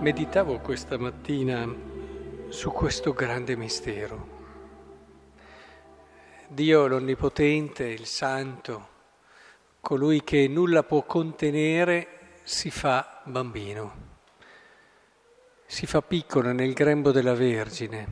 Meditavo questa mattina su questo grande mistero. Dio l'Onnipotente, il Santo, colui che nulla può contenere, si fa bambino, si fa piccolo nel grembo della Vergine.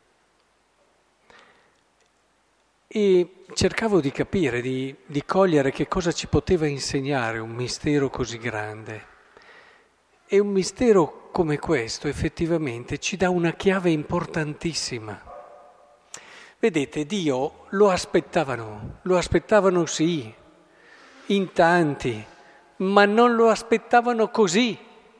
E cercavo di capire, di cogliere che cosa ci poteva insegnare un mistero così grande. E un mistero come questo effettivamente ci dà una chiave importantissima. Vedete, Dio lo aspettavano sì, in tanti, ma non lo aspettavano così.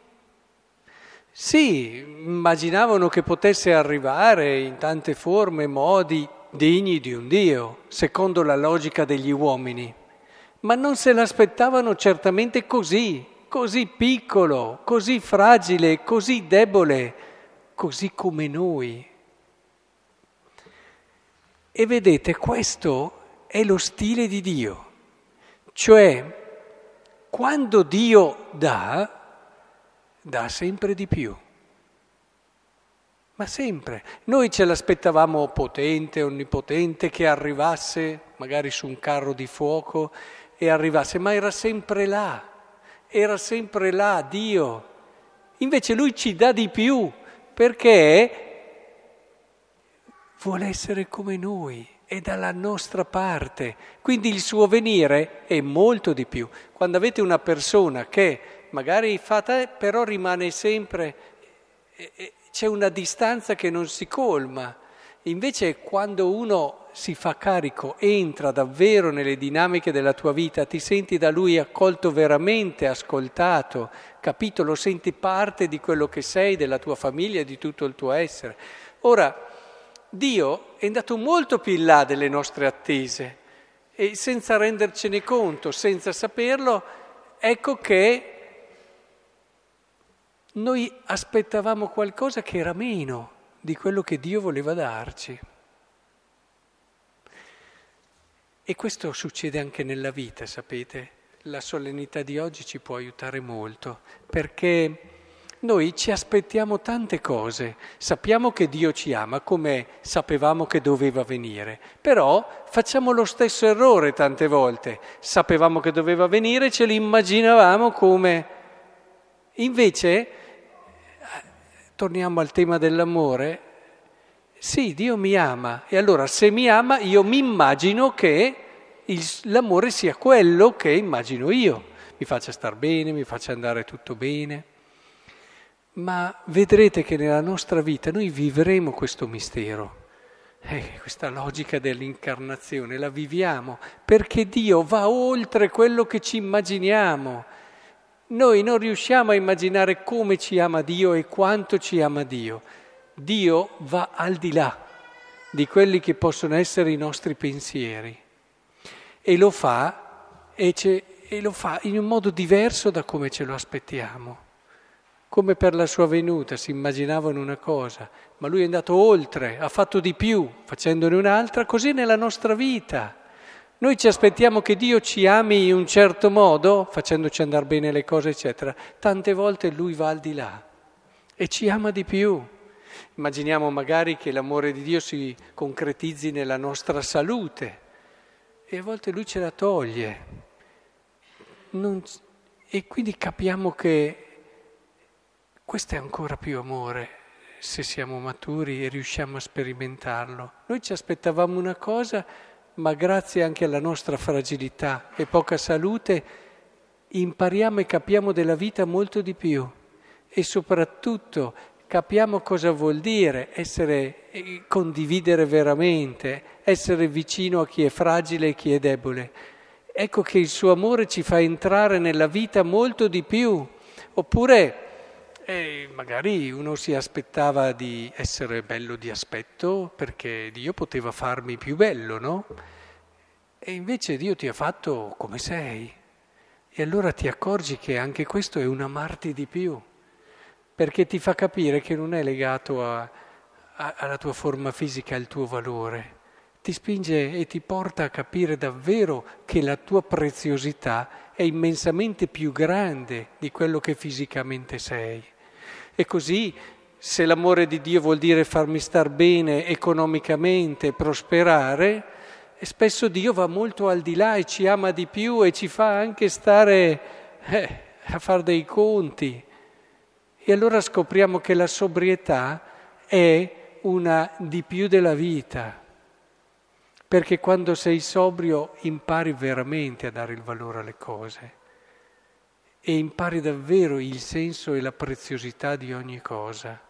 Sì, immaginavano che potesse arrivare in tante forme, modi degni di un Dio, secondo la logica degli uomini, ma non se l'aspettavano certamente così piccolo, così fragile, così debole, così come noi. E vedete, questo è lo stile di Dio, cioè quando Dio dà sempre di più, ma sempre. Noi ce l'aspettavamo potente, onnipotente, che arrivasse magari su un carro di fuoco e arrivasse, ma era sempre là Dio. Invece Lui ci dà di più perché vuole essere come noi, è dalla nostra parte. Quindi il suo venire è molto di più. Quando avete una persona che magari però rimane sempre, c'è una distanza che non si colma. Invece quando uno si fa carico, entra davvero nelle dinamiche della tua vita, ti senti da lui accolto veramente, ascoltato, capito, lo senti parte di quello che sei, della tua famiglia, di tutto il tuo essere. Ora, Dio è andato molto più in là delle nostre attese e senza rendercene conto, senza saperlo, ecco che noi aspettavamo qualcosa che era meno di quello che Dio voleva darci. E questo succede anche nella vita, sapete? La solennità di oggi ci può aiutare molto, perché noi ci aspettiamo tante cose, sappiamo che Dio ci ama come sapevamo che doveva venire, però facciamo lo stesso errore tante volte, sapevamo che doveva venire, ce l'immaginavamo come... Invece, torniamo al tema dell'amore, sì, Dio mi ama e allora se mi ama io mi immagino che l'amore sia quello che immagino io, mi faccia star bene, mi faccia andare tutto bene. Ma vedrete che nella nostra vita noi vivremo questo mistero, questa logica dell'incarnazione, la viviamo, perché Dio va oltre quello che ci immaginiamo. Noi non riusciamo a immaginare come ci ama Dio e quanto ci ama Dio. Dio va al di là di quelli che possono essere i nostri pensieri e lo fa in un modo diverso da come ce lo aspettiamo. Come per la sua venuta si immaginavano una cosa, ma lui è andato oltre, ha fatto di più, facendone un'altra, così nella nostra vita. Noi ci aspettiamo che Dio ci ami in un certo modo, facendoci andare bene le cose, eccetera. Tante volte lui va al di là e ci ama di più. Immaginiamo magari che l'amore di Dio si concretizzi nella nostra salute e a volte lui ce la toglie. E quindi capiamo che questo è ancora più amore, se siamo maturi e riusciamo a sperimentarlo. Noi ci aspettavamo una cosa, ma grazie anche alla nostra fragilità e poca salute impariamo e capiamo della vita molto di più e soprattutto capiamo cosa vuol dire condividere veramente, essere vicino a chi è fragile e chi è debole. Ecco che il suo amore ci fa entrare nella vita molto di più. Oppure magari uno si aspettava di essere bello di aspetto perché Dio poteva farmi più bello, no? E invece Dio ti ha fatto come sei. E allora ti accorgi che anche questo è un amarti di più, perché ti fa capire che non è legato alla tua forma fisica, al tuo valore. Ti spinge e ti porta a capire davvero che la tua preziosità è immensamente più grande di quello che fisicamente sei. E così, se l'amore di Dio vuol dire farmi star bene economicamente, prosperare, e spesso Dio va molto al di là e ci ama di più e ci fa anche stare a fare dei conti. E allora scopriamo che la sobrietà è una di più della vita, perché quando sei sobrio impari veramente a dare il valore alle cose e impari davvero il senso e la preziosità di ogni cosa.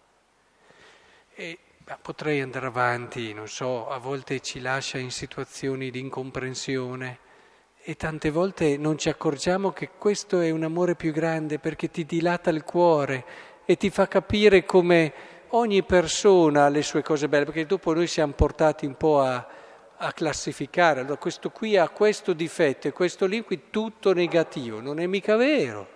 E potrei andare avanti, non so, a volte ci lascia in situazioni di incomprensione e tante volte non ci accorgiamo che questo è un amore più grande perché ti dilata il cuore e ti fa capire come ogni persona ha le sue cose belle, perché dopo noi siamo portati un po' a classificare, allora questo qui ha questo difetto e questo lì qui tutto negativo, non è mica vero.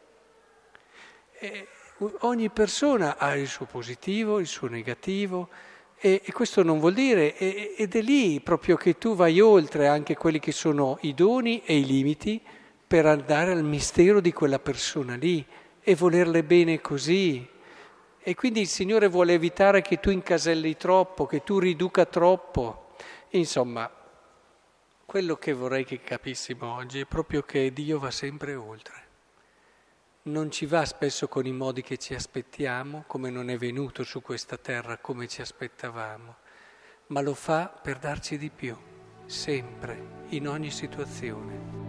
Ogni persona ha il suo positivo, il suo negativo e questo non vuol dire, ed è lì proprio che tu vai oltre anche quelli che sono i doni e i limiti per andare al mistero di quella persona lì e volerle bene così. E quindi il Signore vuole evitare che tu incaselli troppo, che tu riduca troppo. Insomma, quello che vorrei che capissimo oggi è proprio che Dio va sempre oltre. Non ci va spesso con i modi che ci aspettiamo, come non è venuto su questa terra come ci aspettavamo, ma lo fa per darci di più, sempre, in ogni situazione.